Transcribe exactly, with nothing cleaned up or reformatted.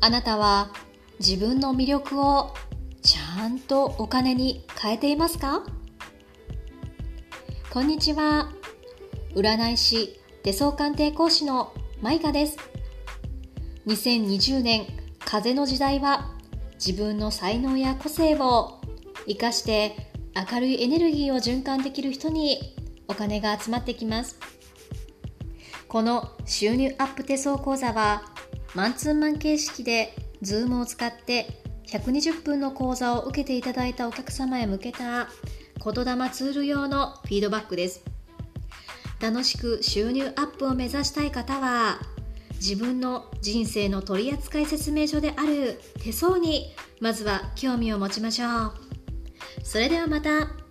あなたは自分の魅力をちゃんとお金に変えていますか？こんにちは。占い師、手相鑑定講師のマイカです。にせんにじゅうねん、風の時代は自分の才能や個性を生かして明るいエネルギーを循環できる人にお金が集まってきます。この収入アップ手相講座はマンツーマン形式で Zoom を使ってひゃくにじゅっぷんの講座を受けていただいたお客様へ向けた言霊ツール用のフィードバックです。楽しく収入アップを目指したい方は自分の人生の取扱説明書である手相にまずは興味を持ちましょう。それではまた。